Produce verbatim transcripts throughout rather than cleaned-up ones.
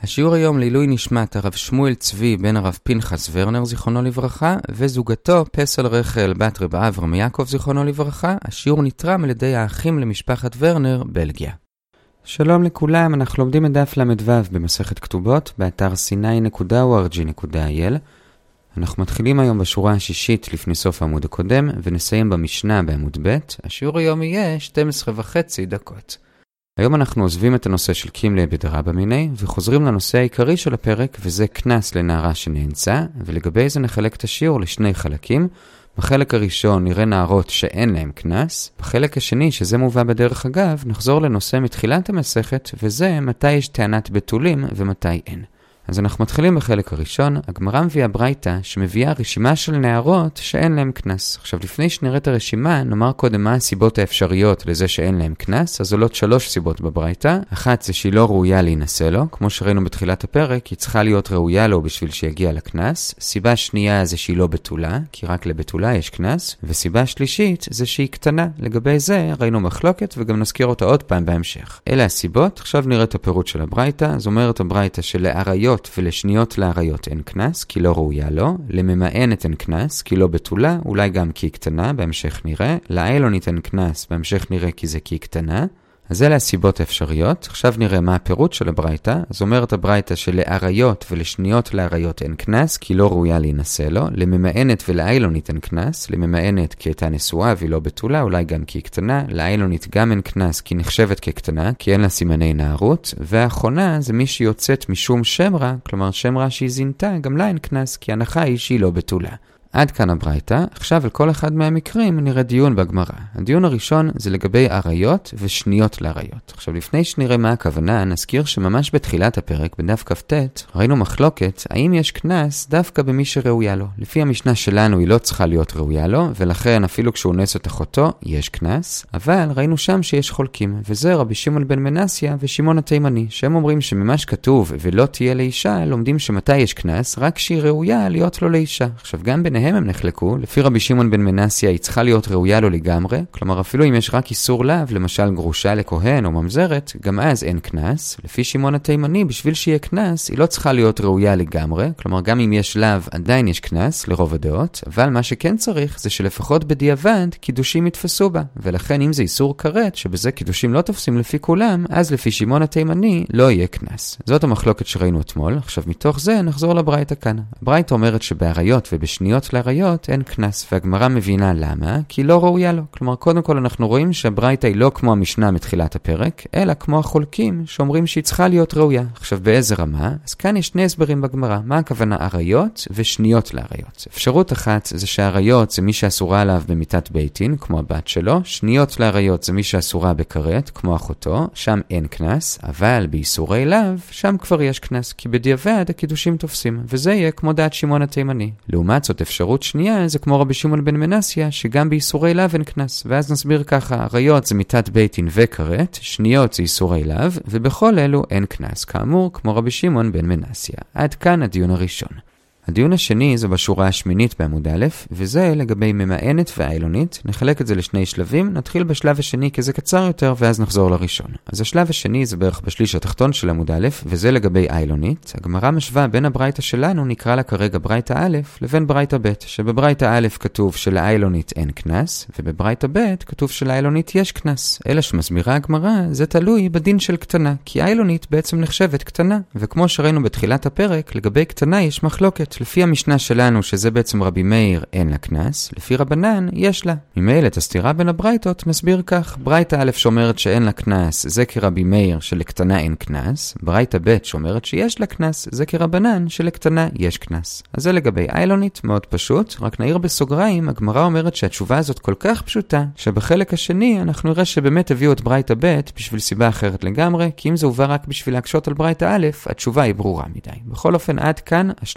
השיעור היום לעילוי נשמת הרב שמואל צבי בן הרב פנחס ורנר זיכרונו לברכה וזוגתו פסל רחל בת רב אברהם יעקב זיכרונו לברכה. השיעור נתרם על ידי האחים למשפחת ורנר, בלגיה. שלום לכולם, אנחנו לומדים את דף למד וו במסכת כתובות באתר סיני נקודה או אר ג'י נקודה איי אל. אנחנו מתחילים היום בשורה השישית לפני סוף העמוד הקודם ונסיים במשנה בעמוד ב'. השיעור היום יהיה שתים עשרה וחצי דקות. היום אנחנו עוזבים את הנושא של קימלי בדרבא מיני וחוזרים לנושא העיקרי של הפרק, וזה כנס לנערה שנאנסה, ולגבי זה נחלק את השיעור לשני חלקים. בחלק הראשון נראה נערות שאין להם כנס, בחלק השני, שזה מובא בדרך אגב, נחזור לנושא מתחילת המסכת, וזה מתי יש טענת בתולים ומתי אין. אז אנחנו מתחילים בחלק הראשון. הגמרא מביאה ברייתא שמביאה רשימה של נערות שאין להם כנס. עכשיו לפני שנראה את הרשימה, נאמר קודם מה הסיבות האפשריות לזה שאין להם כנס. אז עולות שלוש סיבות בברייתא. אחת זה שהיא לא ראויה להינשא לו, כמו שראינו בתחילת הפרק, היא צריכה להיות ראויה לו בשביל שיגיע לכנס. סיבה שנייה זה שהיא לא בתולה, כי רק לבתולה יש כנס. וסיבה שלישית זה שהיא קטנה. לגבי זה ראינו מחלוקת וגם נזכיר אותה עוד פעם בהמשך. אלה הסיבות. עכשיו נראה את הפירוט של הברייתא. אז אומרת הברייתא שלעריות ולשניות לעריות אין כנס, כי לא ראויה לו. לממאנת אין כנס, כי לא בתולה, אולי גם כי היא קטנה, בהמשך נראה. לאיילונית אין כנס, בהמשך נראה כי זה כי היא קטנה. אז אלה הסיבות האפשריות. עכשיו נראה מה הפירוט של הברייתא. אז אומרת הברייתא שלעריות ולשניות לעריות אין כנס, כי לא ראויה להינשא לו. לממאנת ולאיילונית אין כנס. לממאנת כי הייתה נשואה והיא לא בתולה, אולי גם כי היא קטנה. לאיילונית גם אין כנס כי נחשבת כקטנה, כי אין לה סימני נערות. והאחרונה זה מי שיוצאת משום שם רע, כלומר שם רע שהיא זינתה, גם לה אין כנס, כי הנחה היא שהיא לא בתולה. עד כאן הברייתא. עכשיו על כל אחד מהמקרים נראה דיון בגמרא. הדיון הראשון זה לגבי עריות ושניות לעריות. עכשיו לפני שנראה מה הכוונה, נזכיר שממש בתחילת הפרק, בדף כ"ט, ראינו מחלוקת האם יש כנס דווקא במי שראויה לו. לפי המשנה שלנו היא לא צריכה להיות ראויה לו, ולכן אפילו כשהוא אונס את אחותו יש כנס, אבל ראינו שם שיש חולקים, וזה רבי שמעון בן מנסיה ושמעון התימני, שהם אומרים שממה שכתוב ולא תהיה לאישה, לומדים שמתי יש כנס רק שהיא ראויה להיות לו לאישה. עכשיו גם ביניהם הם נחלקו. לפי רבי שמעון בן מנסיה היא צריכה להיות ראויה לו לגמרי, כלומר אפילו אם יש רק איסור לאו, למשל גרושה לכהן או ממזרת, גם אז אין כנס. לפי שמעון התימני, בשביל שיהיה כנס היא לא צריכה להיות ראויה לגמרי, כלומר גם אם יש לאו עדיין יש כנס לרוב הדעות, אבל מה שכן צריך זה שלפחות בדיעבד קידושים יתפסו בה, ולכן אם זה איסור כרת שבזה קידושים לא תופסים לפי כולם, אז לפי שמעון התימני לא יהיה כנס. זאת המחלוקת שראינו אתמול. עכשיו מתוך זה נחזור לברייתא כאן. הברייתא אומרת שבעריות ובשניות לעריות אין כנס, והגמרא מבינה למה, כי לא ראויה לו. כלומר קודם כל אנחנו רואים שהברייתא היא לא כמו המשנה מתחילת הפרק, אלא כמו החולקים שאומרים שהיא צריכה להיות ראויה. עכשיו באיזה רמה? אז כאן יש שני הסברים בגמרא. מה הכוונה עריות ושניות לעריות? אפשרות אחת זה שהעריות זה מי שאסורה עליו במיתת ביתין, כמו הבת שלו. שניות לעריות זה מי שאסורה בכרת, כמו אחותו, שם אין כנס, אבל באיסורי לאו שם כבר יש כנס, כי בדיעבד הקידושים תופסים, וזה יהיה כמו דעת שמעון התימני. לעומת זאת אפשרות שנייה זה כמו רבי שמעון בן מנסיה, שגם באיסורי לאו אין כנס. ואז נסביר ככה, עריות זה מיתת ביתין וכרת, שניות זה איסורי לאו, ובכל אלו אין כנס, כאמור כמו רבי שמעון בן מנסיה. עד כאן הדיון הראשון. הדיון השני זה בשורה השמינית בעמוד א', וזה לגבי ממאנת ואיילונית. נחלק את זה לשני שלבים, נתחיל בשלב השני כי זה קצר יותר ואז נחזור לראשון. אז השלב השני זה בערך בשליש התחתון של עמוד א', וזה לגבי איילונית. הגמרא משווה בין הברייתא שלנו, נקרא לה כרגע ברייתא א', לבין ברייתא ב', שבברייתא א' כתוב שלאיילונית אין כנס, ובברייתא ב' כתוב שלאיילונית יש כנס. אלא שמסבירה הגמרא, זה תלוי בדין של קטנה, כי איילונית בעצם נחשבת קטנה, וכמו שראינו בתחילת הפרק, לגבי קטנה יש מחלוקת. לפי המשנה שלנו, שזה בעצם רבי מאיר, אין לה כנס, לפי רבנן, יש לה. ממילא את הסתירה בין הברייתות מסביר כך. ברייתא א' שאומרת שאין לה כנס, זה כרבי מאיר שלקטנה אין כנס. ברייתא ב' שאומרת שיש לה כנס, זה כרבנן שלקטנה יש כנס. אז זה לגבי איילונית, מאוד פשוט. רק נעיר בסוגריים, הגמרא אומרת שהתשובה הזאת כל כך פשוטה, שבחלק השני אנחנו נראה שבאמת הביאו את ברייתא ב' בשביל סיבה אחרת לגמרי, כי אם זה הובא רק בשביל להקשות על ברייתא א', התשובה היא ברורה מדי. בכל אופן, עד כאן השלב השני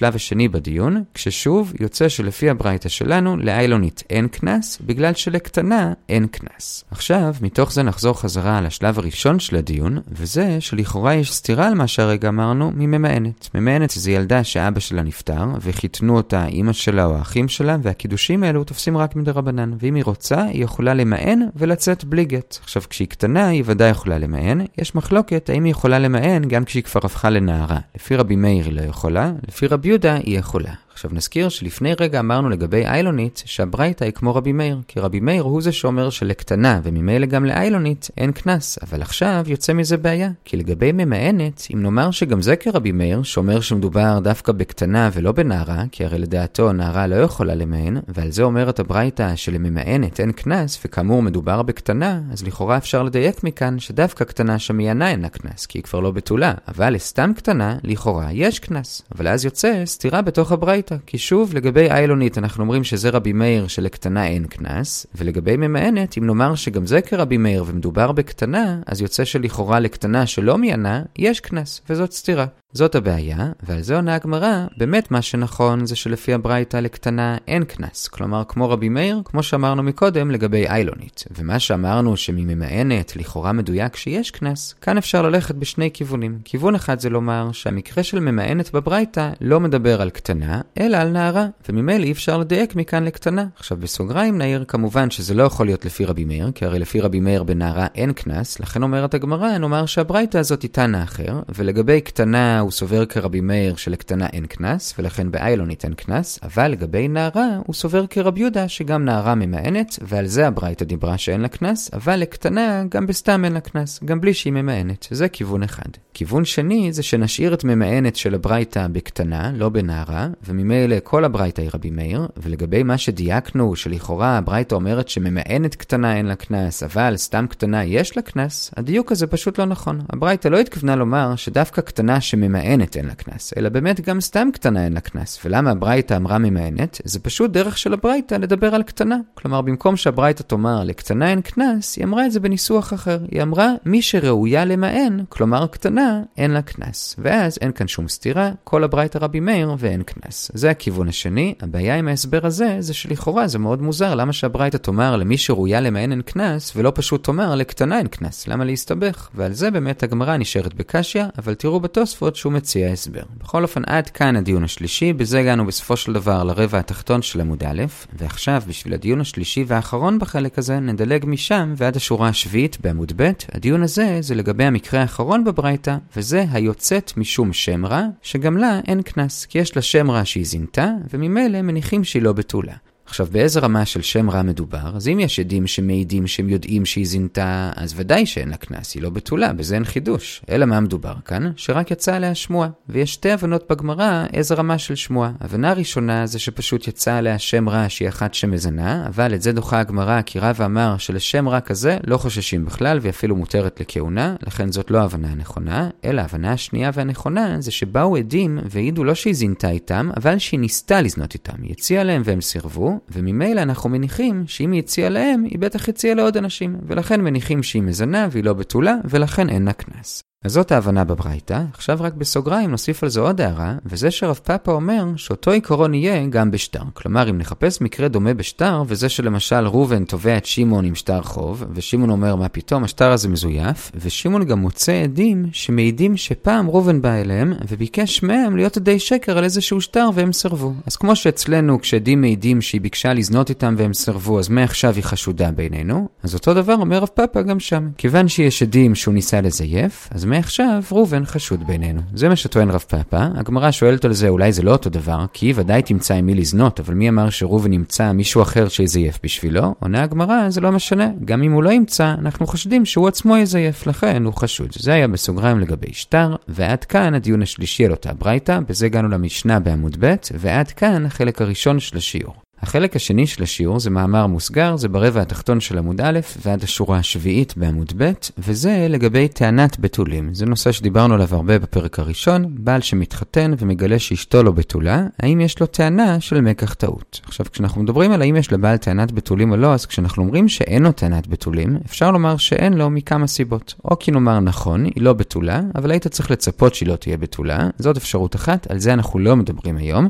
השני בדיון, כששוב יוצא שלפי הברייתא שלנו, לאיילונית אין כנס, בגלל שלקטנה אין כנס. עכשיו, מתוך זה נחזור חזרה על השלב הראשון של הדיון, וזה שלכאורה יש סתירה על מה שהרגע אמרנו מממאנת. ממאנת זה ילדה שאבא שלה נפטר, וחיתנו אותה אמא שלה או האחים שלה, והקידושים האלו תופסים רק מדרבנן, ואם היא רוצה, היא יכולה למען ולצאת בלי גט. עכשיו, כשהיא קטנה, היא ודאי יכולה למען. יש מחלוקת האם היא יכולה למען גם כשהיא כבר הפכה לנערה. לפי רבי מאיר היא לא יכולה, לפי רבי יהודה היא יכולה. עכשיו נזכיר שלפני רגע אמרנו לגבי איילונית שהברייתא היא כמו רבי מאיר, כי רבי מאיר הוא זה שאומר שלקטנה וממילא גם לאיילונית אין כנס, אבל עכשיו יוצא מזה בעיה, כי לגבי ממאנת, אם נאמר שגם זה כרבי מאיר, שאומר שמדובר דווקא בקטנה ולא בנערה, כי הרי לדעתו נערה לא יכולה למען, ועל זה אומרת הברייתא שלממאנת אין כנס, וכאמור מדובר בקטנה, אז לכאורה אפשר לדייק מכאן שדווקא קטנה שמיינה אין לה כנס, כי היא כבר לא בתולה, אבל לסתם קטנה, לכאורה יש כנס, אבל אז יוצא סתירה בתוך הברייתא. כי שוב, לגבי איילונית אנחנו אומרים שזה רבי מאיר שלקטנה אין כנס, ולגבי ממאנת, אם נאמר שגם זה כרבי מאיר ומדובר בקטנה, אז יוצא שלכאורה לקטנה שלא מיינה, יש כנס, וזאת סתירה. זאת הבעיה, ועל זה עונה הגמרא, באמת מה שנכון זה שלפי הברייתא לקטנה אין כנס. כלומר, כמו רבי מאיר, כמו שאמרנו מקודם לגבי איילונית. ומה שאמרנו שמממאנת לכאורה מדויק שיש כנס, כאן אפשר ללכת בשני כיוונים. כיוון אחד זה לומר שהמקרה של ממאנת בברייתא לא מדבר על קטנה, אלא על נערה, וממילא אי אפשר לדייק מכאן לקטנה. עכשיו בסוגריים נעיר כמובן שזה לא יכול להיות לפי רבי מאיר, כי הרי לפי רבי מאיר בנערה אין כנס, לכן אומרת הגמרא, נאמר שהברייתא הזאת היא תנא אחר, ולגבי קטנה הוא סובר כרבי מאיר שלקטנה אין כנס, ולכן באיילונית אין כנס, אבל לגבי נערה הוא סובר כרבי יהודה שגם נערה ממאנת, ועל זה הברייתא דיברה שאין לה כנס, אבל לקטנה גם בסתם אין לה כנס, גם בלי שהיא ממאנת. זה כיוון אחד. כיוון שני זה שנשאיר את ממאנת של הברייתא בקטנה, לא בנערה, וממילא כל הברייתא היא רבי מאיר, ולגבי מה שדייקנו שלכאורה הברייתא אומרת שממאנת קטנה אין לה כנס, אבל סתם קטנה יש לה כנס, הדיוק הזה פשוט לא נכון. הברייתא לא התכוונה לומר שדווקא קטנה שממאנת אין לה כנס, אלא באמת גם סתם קטנה אין לה כנס. ולמה הברייתא אמרה ממאנת? זה פשוט דרך של הברייתא לדבר על קטנה. כלומר, במקום שהברייתא תאמר לקטנה אין כנס, היא אמרה את זה בניסוח אחר. היא אמרה מי שראויה למען, כלומר קטנה, אין לה כנס. ואז אין כאן שום סתירה, כל הברייתא רבי מאיר ואין כנס. זה הכיוון השני. הבעיה עם ההסבר הזה זה שלכאורה זה מאוד מוזר. למה שהברייתא תאמר למי שראויה למען אין כנס, ולא פשוט תאמר לקטנה אין כנס? למה להסתבך? ועל זה באמת הגמרא נשארת בקשיא, אבל תראו בתוספות שהוא מציע הסבר. בכל אופן, עד כאן הדיון השלישי, בזה הגענו בסופו של דבר לרבע התחתון של עמוד א', ועכשיו בשביל הדיון השלישי והאחרון בחלק הזה נדלג משם ועד השורה השביעית בעמוד ב'. הדיון הזה זה לגבי המקרה האחרון בברייתא, וזה היוצאת משום שם רע, שגם לה אין כנס, כי יש לה שם רע שהיא זינתה, וממילא מניחים שהיא לא בתולה. עכשיו, באיזה רמה של שם רע מדובר? אז אם יש עדים שמעידים שהם יודעים שהיא זינתה, אז ודאי שאין לה כנס, היא לא בתולה, בזה אין חידוש. אלא מה מדובר כאן? שרק יצא עליה שמועה. ויש שתי הבנות בגמרא, איזה רמה של שמועה. הבנה הראשונה זה שפשוט יצא עליה שם רע שהיא אחת שמזנה, אבל את זה דוחה הגמרא, כי רב אמר שלשם רע כזה לא חוששים בכלל, ואפילו מותרת לכהונה, לכן זאת לא ההבנה הנכונה, אלא ההבנה השנייה והנכונה זה שבאו עדים והעידו לא שהיא זינתה איתם, אבל שהיא ניסתה לזנות איתם. היא הציעה להם והם סירבו, וממילא אנחנו מניחים שאם היא הציעה להם, היא בטח הציעה לעוד אנשים, ולכן מניחים שהיא מזנה והיא לא בתולה, ולכן אין לה כנס. אז זאת ההבנה בברייתא. עכשיו רק בסוגריים נוסיף על זה עוד הערה, וזה שרב פאפא אומר שאותו עיקרון יהיה גם בשטר. כלומר, אם נחפש מקרה דומה בשטר, וזה שלמשל ראובן תובע את שמעון עם שטר חוב, ושמעון אומר מה פתאום, השטר הזה מזויף, ושמעון גם מוצא עדים שמעידים שפעם ראובן בא אליהם, וביקש מהם להיות עדי שקר על איזשהו שטר והם סרבו. אז כמו שאצלנו כשעדים מעידים שהיא ביקשה לזנות איתם והם סרבו, אז מעכשיו היא חשודה בינינו, אז אותו דבר אומר רב פאפא גם שם. כיוון שיש עדים שהוא ניסה לזייף, אז מעכשיו ראובן חשוד בינינו. זה מה שטוען רב פאפא. הגמרא שואלת על זה, אולי זה לא אותו דבר, כי היא ודאי תמצא עם מי לזנות, אבל מי אמר שראובן ימצא מישהו אחר שיזייף בשבילו? עונה הגמרא, זה לא משנה. גם אם הוא לא ימצא, אנחנו חושדים שהוא עצמו יזייף, לכן הוא חשוד. זה היה בסוגריים לגבי שטר, ועד כאן הדיון השלישי על אותה ברייתא, בזה הגענו למשנה בעמוד ב', ועד כאן החלק הראשון של השיעור. החלק השני של השיעור זה מאמר מוסגר, זה ברבע התחתון של עמוד א' ועד השורה השביעית בעמוד ב', וזה לגבי טענת בתולים. זה נושא שדיברנו עליו הרבה בפרק הראשון, בעל שמתחתן ומגלה שאשתו לא בתולה, האם יש לו טענה של מקח טעות. עכשיו, כשאנחנו מדברים על האם יש לבעל טענת בתולים או לא, אז כשאנחנו אומרים שאין לו טענת בתולים, אפשר לומר שאין לו מכמה סיבות. או כי נאמר נכון, היא לא בתולה, אבל היית צריך לצפות שהיא לא תהיה בתולה. זאת אפשרות אחת, על זה אנחנו לא מדברים היום.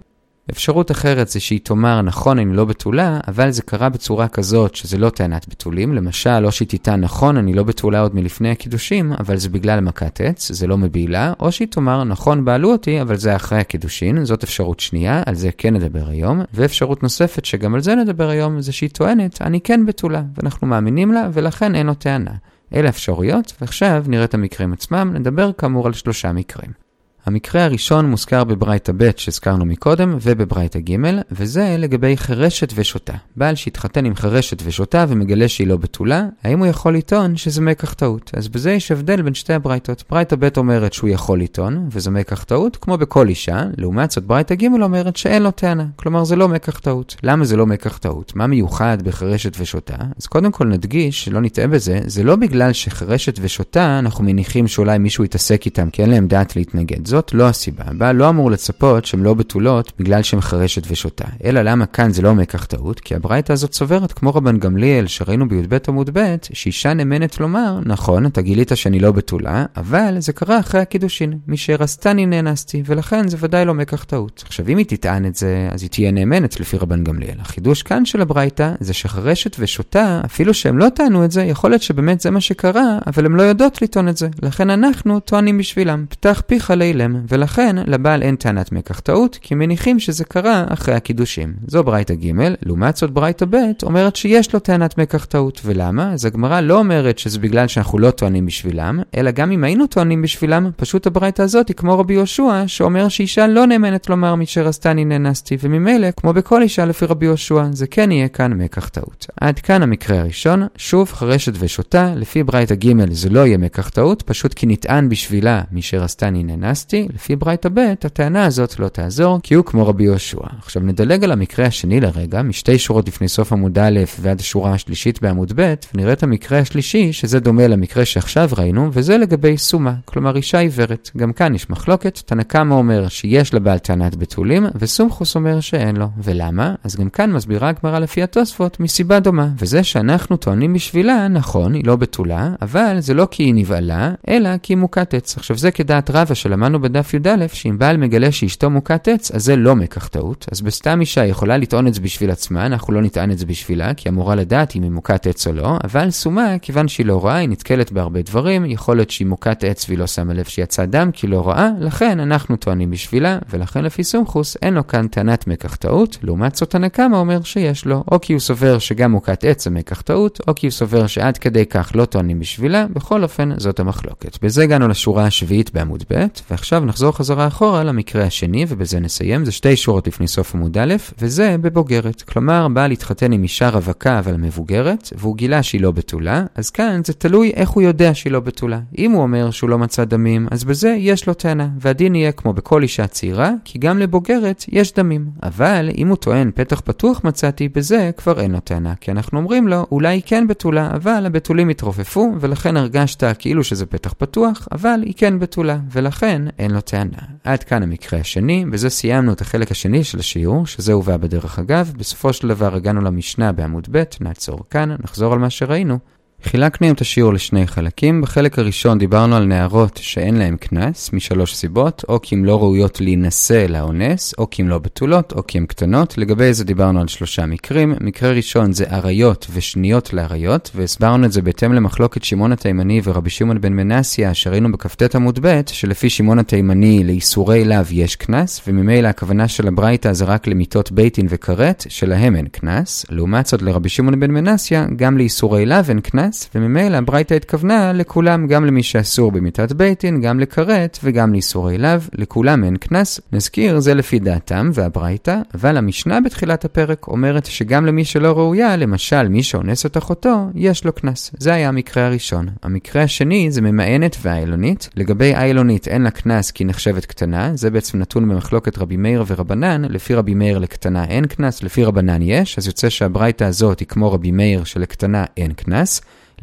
אפשרות אחרת זה שהיא תאמר נכון אני לא בתולה, אבל זה קרה בצורה כזאת שזה לא טענת בתולים, למשל או שהיא תיתן נכון אני לא בתולה עוד מלפני הקידושים, אבל זה בגלל מכת עץ, זה לא מבעילה, או שהיא תאמר נכון בעלו אותי, אבל זה אחרי הקידושין, זאת אפשרות שנייה, על זה כן נדבר היום, ואפשרות נוספת שגם על זה נדבר היום, זה שהיא טוענת אני כן בתולה, ואנחנו מאמינים לה ולכן אין לו טענה. אלה אפשרויות, ועכשיו נראה את המקרים עצמם, נדבר כאמור על שלושה מקרים. המקרה הראשון מוזכר בברייתא ב' שהזכרנו מקודם ובברייתא ג', וזה לגבי חרשת ושוטה. בעל שהתחתן עם חרשת ושוטה ומגלה שהיא לא בתולה, האם הוא יכול לטעון שזה מקח טעות? אז בזה יש הבדל בין שתי הברייתות. ברייתא ב' אומרת שהוא יכול לטעון, וזה מקח טעות, כמו בכל אישה, לעומת זאת ברייתא ג' אומרת שאין לו טענה. כלומר זה לא מקח טעות. למה זה לא מקח טעות? מה מיוחד בחרשת ושוטה? אז קודם כל נדגיש, שלא נטעה בזה, זה לא בגלל שחרשת ושוטה אנחנו מניחים שאולי מישהו יתעסק איתם, כי אין להם דעת להתנגד. זאת לא הסיבה. הבעל לא אמור לצפות שהן לא בתולות בגלל שהן חרשת ושוטה. אלא למה כאן זה לא מקח טעות? כי הברייתא הזאת סוברת כמו רבן גמליאל שראינו בי"ב עמוד ב' שאישה נאמנת לומר, נכון, אתה גילית שאני לא בתולה, אבל זה קרה אחרי הקידושין. מי שרסתני נאנסתי, ולכן זה ודאי לא מקח טעות. עכשיו אם היא תטען את זה, אז היא תהיה נאמנת לפי רבן גמליאל. החידוש כאן של הברייתא זה שחרשת ושוטה, אפילו שהם לא טענו את זה, יכול להיות שבאמת זה מה שקרה, אבל הם לא יודעות לטעון את זה. לכן אנחנו טוענים בשבילם. פתח פיך לאילם. ולכן לבעל אין טענת מקח טעות, כי מניחים שזה קרה אחרי הקידושים. זו ברייתא ג', לעומת זאת ברייתא ב' אומרת שיש לו טענת מקח טעות. ולמה? אז הגמרא לא אומרת שזה בגלל שאנחנו לא טוענים בשבילם, אלא גם אם היינו טוענים בשבילם, פשוט הברייתא הזאת היא כמו רבי יהושע, שאומר שאישה לא נאמנת לומר משרסתני נאנסתי, וממילא, כמו בכל אישה לפי רבי יהושע, זה כן יהיה כאן מקח טעות. עד כאן המקרה הראשון, שוב חרשת ושוטה, לפי ברייתא ג' זה לא יהיה מקח טעות, פשוט כי נטען בשבילה משרסתני נאנסתי, לפי ברייתא ב' הטענה הזאת לא תעזור, כי הוא כמו רבי יהושע. עכשיו נדלג על המקרה השני לרגע, משתי שורות לפני סוף עמוד א' ועד השורה השלישית בעמוד ב', ונראה את המקרה השלישי, שזה דומה למקרה שעכשיו ראינו, וזה לגבי סומה, כלומר אישה עיוורת. גם כאן יש מחלוקת, תנא קמא אומר שיש לבעל טענת בתולים, וסומכוס אומר שאין לו. ולמה? אז גם כאן מסבירה הגמרא לפי התוספות מסיבה דומה, וזה שאנחנו טוענים בשבילה, נכון, היא לא בתולה, אבל זה לא כי היא נבעלה, אלא כי היא מוכת עץ. עכשיו זה כדעת רבא שלמדנו בדף י"א, שאם בעל מגלה שאשתו מוכת עץ, אז זה לא מקח טעות. אז בסתם אישה יכולה לטעון את זה בשביל עצמה, אנחנו לא נטען את זה בשבילה, כי אמורה לדעת אם היא מוכת עץ או לא, אבל סומה, כיוון שהיא לא רואה, היא נתקלת בהרבה דברים, יכול להיות שהיא מוכת עץ והיא לא שמה לב שיצא דם, כי לא רואה, לכן אנחנו טוענים בשבילה, ולכן לפי סומכוס אין לו כאן טענת מקח טעות, לעומת זאת תנא קמא אומר שיש לו, או כי הוא סובר שגם מוכת עץ זה מקח טעות, או כי הוא סובר שעד כדי כך לא טוענים בשבילה, בכל אופן זאת המחלוקת. בזה הגענו לשורה השביעית בעמוד ב', ועכשיו נחזור חזרה אחורה למקרה השני, ובזה נסיים. זה שתי שורות לפני סוף עמוד א', וזה בבוגרת. כלומר, בעל להתחתן עם אישה רווקה אבל מבוגרת, והוא גילה שהיא לא בתולה, אז כאן זה תלוי איך הוא יודע שהיא לא בתולה. אם הוא אומר שהוא לא מצא דמים, אז בזה יש לו טענה, והדין יהיה כמו בכל אישה צעירה, כי גם לבוגרת יש דמים. אבל אם הוא טוען פתח פתוח מצאתי, בזה כבר אין לו טענה, כי אנחנו אומרים לו, אולי היא כן בתולה, אבל הבתולים התרופפו, ולכן הרגשת כאילו שזה פתח פתוח, אבל היא כן בתולה, ולכן אין לו טענה. עד כאן המקרה השני, בזה סיימנו את החלק השני של השיעור, שזה הובא בדרך אגב. בסופו של דבר הגענו למשנה בעמוד ב', נעצור כאן, נחזור על מה שראינו. חילקנו את השיעור לשני חלקים. בחלק הראשון דיברנו על נערות שאין להם כנס, משלוש סיבות, או כי הן לא ראויות להינשא לאונס, או כי הן לא בתולות, או כי הן קטנות. לגבי זה דיברנו על שלושה מקרים. מקרה ראשון זה עריות ושניות לעריות, והסברנו את זה בהתאם למחלוקת שמעון התימני ורבי שמעון בן מנסיה, שראינו בכ"ט עמוד ב', שלפי שמעון התימני לאיסורי לאו יש כנס, וממילא הכוונה של הברייתא זה רק למיתות ביתין וכרת, שלהם אין כנס. לעומת זאת לרבי שמעון בן מנסיה, גם לאיסורי לאו אין כנס, וממילא הברייתא התכוונה לכולם, גם למי שאסור במיתת ביתין, גם לכרת וגם לאיסורי לאו, לכולם אין כנס. נזכיר, זה לפי דעתם והברייתא, אבל המשנה בתחילת הפרק אומרת שגם למי שלא ראויה, למשל מי שאונס את אחותו, יש לו כנס. זה היה המקרה הראשון. המקרה השני זה ממאנת והאילונית. לגבי האילונית אין לה כנס כי נחשבת קטנה, זה בעצם נתון במחלוקת רבי מאיר ורבנן. לפי רבי מאיר לקטנה אין כנס, לפי רבנן יש, אז יוצא שהברייתא הזאת היא כמו רבי מאיר שלקטנה אין כנס.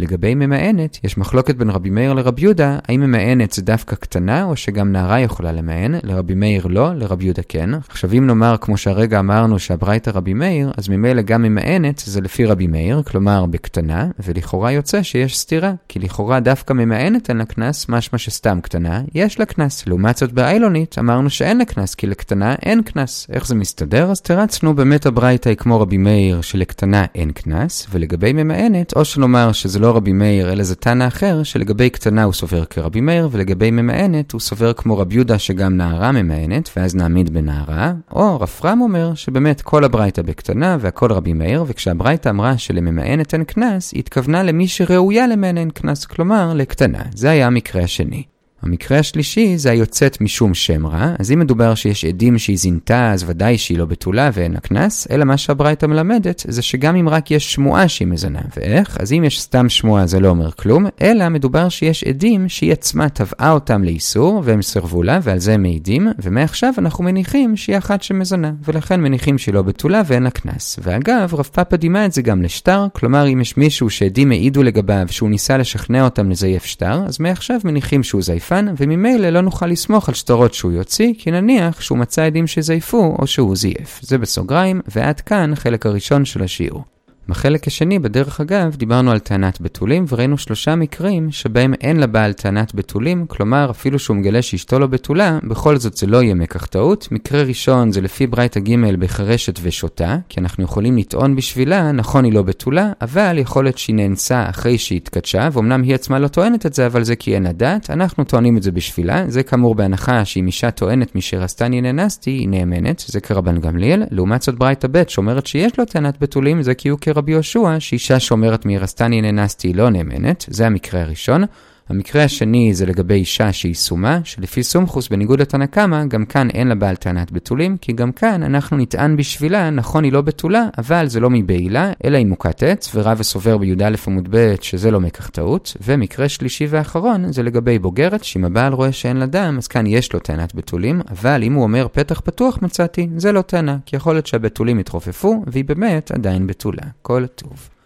לגבי ממאנת, יש מחלוקת בין רבי מאיר לרבי יהודה, האם ממאנת זה דווקא קטנה, או שגם נערה יכולה למאן, לרבי מאיר לא, לרבי יהודה כן. עכשיו אם נאמר, כמו שהרגע אמרנו שהברייתא רבי מאיר, אז ממילא גם ממאנת זה לפי רבי מאיר, כלומר בקטנה, ולכאורה יוצא שיש סתירה, כי לכאורה דווקא ממאנת אין לה קנס, משמע שסתם קטנה, יש לה קנס. לעומת זאת באיילונית, אמרנו שאין לה קנס, כי לקטנה אין קנס. איך זה מסתדר? אז תרצנו באמת הברייתא היא כמו רבי מאיר, שלקטנה אין קנס, ולגבי ממאנת, או שנאמר שזה לא רבי מאיר, אלא זה תנא אחר, שלגבי קטנה הוא סובר כרבי מאיר, ולגבי ממאנת הוא סובר כמו רבי יהודה שגם נערה ממאנת, ואז נעמיד בנערה, או רפרם אומר שבאמת כל הברייתא בקטנה והכל רבי מאיר, וכשהברייתא אמרה שלממאנת אין קנס, היא התכוונה למי שראויה למאן אין קנס, כלומר לקטנה. זה היה המקרה השני. המקרה השלישי זה היוצאת משום שם רע, אז אם מדובר שיש עדים שהיא זינתה, אז ודאי שהיא לא בתולה ואין לה קנס, אלא מה שהברייתא מלמדת זה שגם אם רק יש שמועה שהיא מזנה. ואיך? אז אם יש סתם שמועה זה לא אומר כלום, אלא מדובר שיש עדים שהיא עצמה טבעה אותם לאיסור, והם סרבו לה ועל זה הם מעידים, ומעכשיו אנחנו מניחים שהיא אחת שמזנה, ולכן מניחים שהיא לא בתולה ואין לה קנס. ואגב, רב פאפא דימה את זה גם לשטר, כלומר אם יש מישהו שעדים העידו לגביו שהוא ניסה לשכנע אותם לזייף שטר, אז מעכשיו מניחים שהוא זייף וממילא לא נוכל לסמוך על שטרות שהוא יוציא, כי נניח שהוא מצא עדים שזייפו או שהוא זייף. זה בסוגריים, ועד כאן חלק הראשון של השיעור. בחלק השני, בדרך אגב, דיברנו על טענת בתולים, וראינו שלושה מקרים שבהם אין לבעל טענת בתולים, כלומר, אפילו שהוא מגלה שאשתו לא בתולה, בכל זאת זה לא יהיה מקח טעות. מקרה ראשון זה לפי ברייתא ג' בחרשת ושותה, כי אנחנו יכולים לטעון בשבילה, נכון היא לא בתולה, אבל יכול להיות שהיא נאנסה אחרי שהיא התקדשה, ואומנם היא עצמה לא טוענת את זה, אבל זה כי אין לדעת, אנחנו טוענים את זה בשבילה, זה כאמור בהנחה שאם אישה טוענת משרסתני נאנסתי, היא נאמנת, זה כרבן גמליאל. לעומת זאת ברייתא ב' שאומרת שיש לו טענת בתולים, זה כי הוא רבי יהושע, שאישה שאומרת מירסתני נאנסתי לא נאמנת, זה המקרה הראשון. המקרה השני זה לגבי אישה שהיא סומה, שלפי סומכוס בניגוד לתנא קמא, גם כאן אין לה בעל טענת בתולים, כי גם כאן אנחנו נטען בשבילה, נכון היא לא בתולה, אבל זה לא מבעילה, אלא היא מוכת עץ, ורב וסובר בי"א עמוד ב' שזה לא מקח טעות. ומקרה שלישי ואחרון זה לגבי בוגרת, שאם הבעל רואה שאין לה דם, אז כאן יש לו טענת בתולים, אבל אם הוא אומר פתח פתוח מצאתי, זה לא טענה, כי יכול להיות שהבתולים התרופפו, והיא באמת עדיין בתולה. כל טוב.